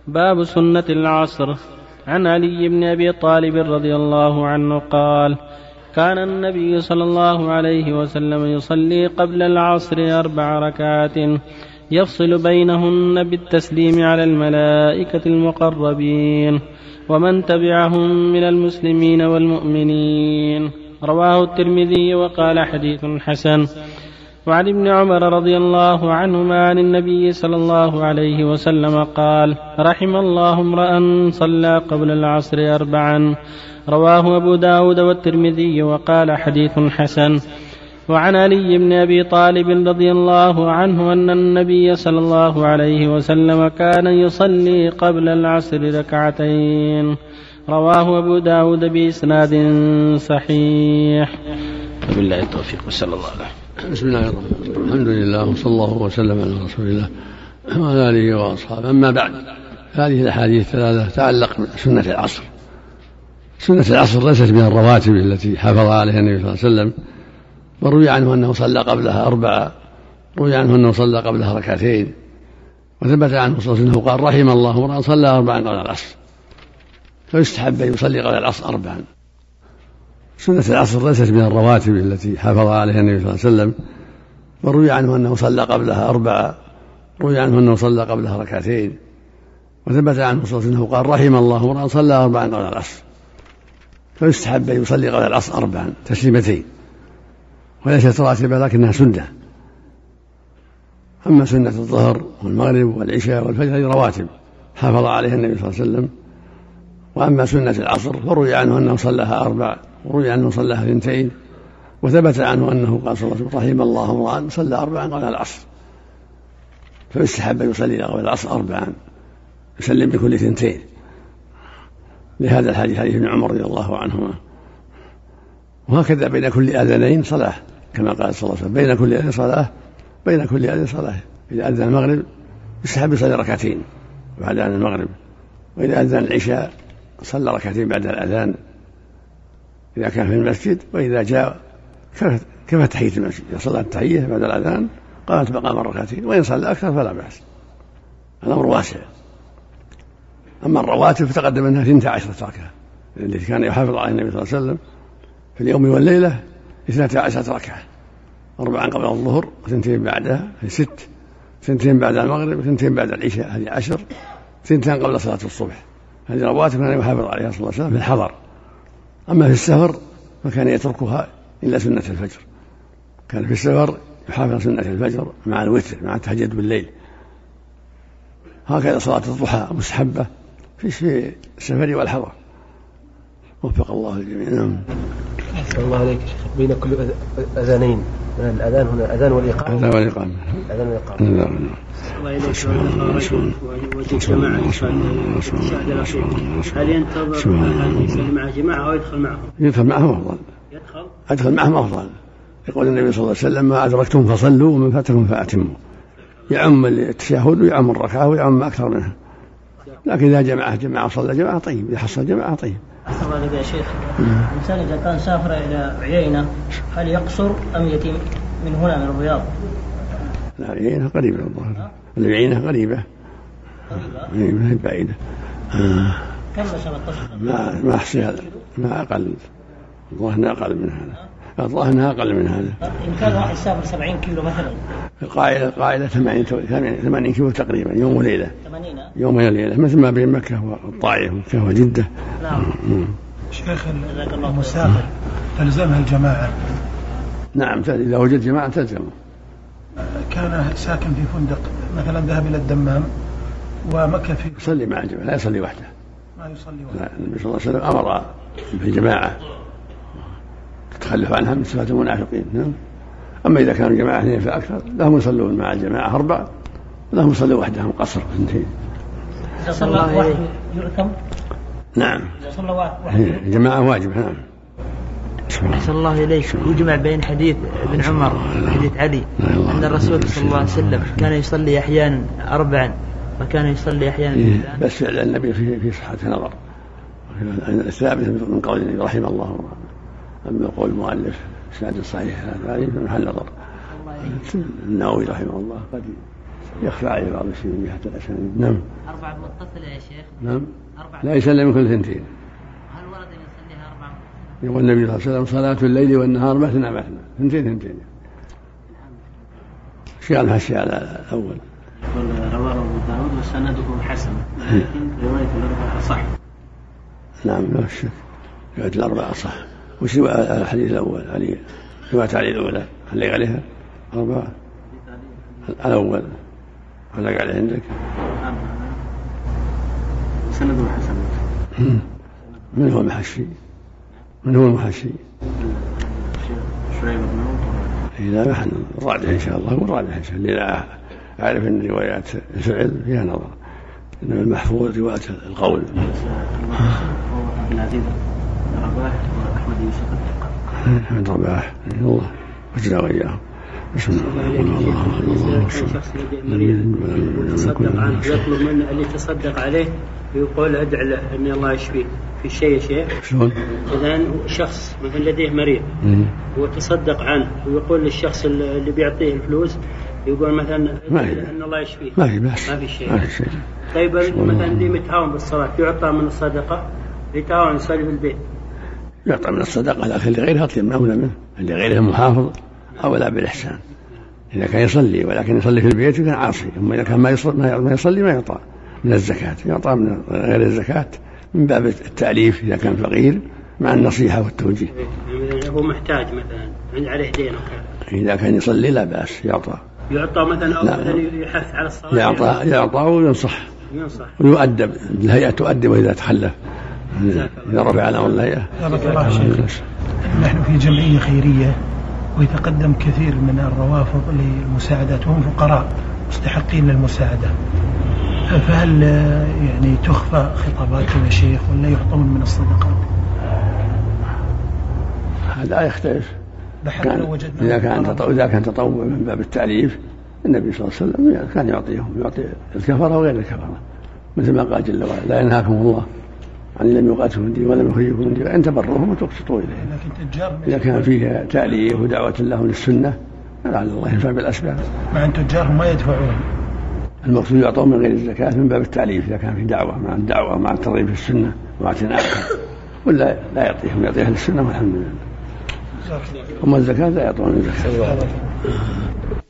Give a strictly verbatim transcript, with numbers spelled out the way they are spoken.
باب سنة العصر. عن علي بن أبي طالب رضي الله عنه قال: كان النبي صلى الله عليه وسلم يصلي قبل العصر أربع ركعات يفصل بينهن بالتسليم على الملائكة المقربين ومن تبعهم من المسلمين والمؤمنين. رواه الترمذي وقال حديث حسن. وعن ابن عمر رضي الله عنهما عن النبي صلى الله عليه وسلم قال: رحم الله امرأ صلى قبل العصر أربعا. رواه أبو داود والترمذي وقال حديث حسن. وعن علي بن أبي طالب رضي الله عنه أن النبي صلى الله عليه وسلم كان يصلي قبل العصر ركعتين. رواه أبو داود بإسناد صحيح. وبالله التوفيق وصلى الله عليه. بسم الله الرحمن الرحيم. الحمد لله وصلى الله وسلم على رسول الله وعلى آله وأصحابه. أما بعد، هذه الأحاديث الثلاثة تتعلق بسنة العصر. سنة العصر ليست من الرواتب التي حافظ عليها النبي صلى الله عليه وسلم، وروي عنه أنه صلى قبلها أربعة، روي عنه أنه صلى قبلها ركعتين، وثبت عنه صلى الله عليه وسلم أنه قال: رحم الله امرأ صلى أربعا قبل العصر. فيستحب أن يصلي قبل العصر أربعا. سنة العصر ليست من الرواتب التي حافظ عليها النبي صلى الله عليه وسلم، وروي عنه أنه صلى قبلها أربعة، روي عنه أنه صلى قبلها ركعتين، وثبت عنه صلى الله عليه وسلم قال: رحم الله امرأ صلى أربعا قبل العصر. فيستحب أن يصلي قبل العصر أربعا تسليمتين، وليست راتبة لكنها سنة. أما سنة الظهر والمغرب والعشاء والفجر هذه رواتب حافظ عليها النبي صلى الله عليه وسلم. وأما سنة العصر فروي عنه أنه صلىها أربع، وروي عنه صلىها اثنتين، وثبت عنه أنه قال صلى الله عليه وسلم: رحم الله امرأ صلى أربعا قبل العصر. فيستحب أن يصلي قبل العصر أربعا يسلم بكل اثنتين، لهذا الحديث حديث ابن عمر رضي الله عنهما. وهكذا بين كل آذانين صلاة، كما قال صلى الله عليه وسلم: بين كل آذان صلاة، بين كل آذان صلاة. إذا أذن المغرب يستحب يصلي ركعتين بعد أذان المغرب، وإذا أذن العشاء صلى ركعتين بعد الأذان إذا كان في المسجد، وإذا جاء كيف تحية المسجد، إذا صلى التحية بعد الأذان قامت مقام الركعتين، وإن صلى أكثر فلا بأس، الأمر واسع. أما الرواتب فتقدم منها اثنتا عشرة ركعة التي كان يحافظ على النبي صلى الله عليه وسلم في اليوم والليلة، اثنتا عشرة ركعة، أربعا قبل الظهر وثنتين بعدها، ست، ثنتين بعد المغرب وثنتين بعد العشاء، هذه عشر، ثنتين قبل صلاة الصبح. هذه رواتب كان يحافظ عليها صلى الله عليه وسلم في الحضر. أما في السفر فكان يتركها إلا سنة الفجر، كان في السفر يحافظ سنة الفجر مع الوتر مع التهجد بالليل. هكذا صلاة الضحى مستحبة في السفر والحضر. وفق الله الجميع. نعم. أحسن الله عليك. بين كل أذانين، الأذان هنا أذان والإقامة. أذان والإقامة. أذان والإقامة. نعم. الله إليك وجه جماعة هل ينتظر أن يصلي مع جماعة أو يدخل معهم؟ يدخل معهم أفضل. يدخل؟ أدخل معهم أفضل. يقول النبي صلى الله عليه وسلم: ما أدركتم فصلوا ومن فاتكم فأتموا. يعم التشهد ويعم الركعة ويعم أكثر منها. لكن إذا جماعة جماعة صلى جماعة طيب، إذا حصل جماعة طيب. أحسن الله عليك يا شيخ. الإنسان إذا كان سافر إلى عيينة هل يقصر أم يتم من هنا من الرياض؟ العيينة قريبة الظاهر. العيينة قريبة. قريبة. ما هي بعيدة. آه. كم مسافة تصل؟ ما ما أحصي هذا، ما أقل. الظاهر أنها أقل من هذا. الظاهر أنها أقل من هذا. إن كان واحد سافر سبعين كيلو مثلا. القاعدة القاعدة ثمانين ثمانين كيلو تقريبا يوم وليلة. ثمانين. يوم وليلة مثل ما بين مكة والطائف ومكة وجدة. نعم. شيخ المسافر تلزمها الجماعة؟ نعم، إذا وجد جماعة تلزمه. كان ساكن في فندق مثلا ذهب إلى الدمام ومكة في يصلي مع الجماعة، لا يصلي وحده. ما يصلي وحده. النبي صلى الله عليه وسلم أمر بالجماعة، تتخلف عنها من صفات المنافقين. نعم. أما إذا كانوا جماعة اثنين فأكثر لهم يصلون مع الجماعة أربع، ولهم يصلوا وحدهم قصر اثنتين. إذا صلى واحد يؤثم؟ نعم. إذا صلى واحد الجماعة واجب. نعم. أحسن الله إليك. يجمع بين حديث ابن عمر وحديث علي أن الرسول صلى الله عليه وسلم كان يصلي أحيانا أربعا وكان يصلي أحيانا إيه بس فعل النبي في في صحة نظر الثابت من قول النبي رحم الله امرأ. أما قول المؤلف إسناد صحيح هذا في محل نظر. النووي رحمه الله قد يخفى عليه بعض الشيء من جهة الأسانيد. نعم. أربعة متصلة يا شيخ. نعم. أربعة. لا يسلم من كل ثنتين. هل ورد أن يصليها أربعة؟ يقول النبي صلى الله عليه وسلم صلاة الليل والنهار مثنى مثنى ثنتين ثنتين. شيء الحشي على الأول. يقول رواه أبو داود وسنده حسن لكن رواية الأربعة صح. نعم لا شك رواية الأربعة صح. وش الحديث الأول علي رواية علي الأولى اللي عليها أربعة الأول علق عليه عندك سنده حسن. من هو المحشي؟ من هو المحشي؟ شعيب بن إذا نحن الراجح إن شاء الله والراجح إن شاء الله. لا أعرف أن روايات سعيد فيها نظر، إنما المحفوظ رواية القول. ابن عزيز رباح وأحمد يوسف الثقة. أحمد رباح الله وجزاه وإياه. بسم الله. شخص مريض يتصدق عنه يطلب منه أن يتصدق عليه ويقول أدعى له أن الله يشفيه في شيء شيء. شلون؟ إذا شخص مثلا لديه مريض وتصدق عنه ويقول للشخص اللي بيعطيه الفلوس يقول مثلا أن الله يشفيه. ما في بأس. ما في شيء. ما في شيء. طيب مثلا اللي متهاون بالصلاة يعطى من الصدقة يتهاون يصلي في البيت. يعطى من الصدقة لكن لغيرها أطيب ما أولى منه، اللي غيره محافظ أولى بالإحسان. إذا كان يصلي ولكن يصلي في البيت يكون عاصي، أما إذا كان ما يصلي ما يصلي ما يعطى من الزكاة، يعطى من غير الزكاة من باب التأليف إذا كان فقير مع النصيحة والتوجيه. هو محتاج مثلا عند عليه دين إذا كان يصلي لا بأس يعطى. يعطى مثلا أو مثلا يحث على الصلاة. يعطى يعطى وينصح. ينصح. ويؤدب، الهيئة تؤدب إذا تخلف. إذا رفع على الهيئة. بارك الله شيخ. نحن في جمعية خيرية ويتقدم كثير من الروافض للمساعدات وهم فقراء مستحقين للمساعدة، فهل يعني تخفى خطاباتهم يا شيخ ولا يعطون من الصدقات؟ هذا يختلف. كان إذا كان تطوع إذا كان تطوع من باب التعريف النبي صلى الله عليه وسلم كان يعطيهم، يعطي الكفرة وغير الكفرة مثل ما قال جل وعلا لا ينهاكم الله عن لم يقاتلوا من دين ولم يخرجوكم من دين أن تبروهم وتقسطوا إليهم. إذا كان فيها تأليف ودعوة لهم للسنة لعل الله ينفع بالأسباب. مع أن تجارهم ما يدفعون. المقصود يعطون من غير الزكاة من باب التأليف إذا كان في دعوة مع الدعوة مع الترغيب في السنة واعتناقها، ولا لا يعطيهم يعطيها للسنة والحمد لله. أما الزكاة لا يعطون الزكاة.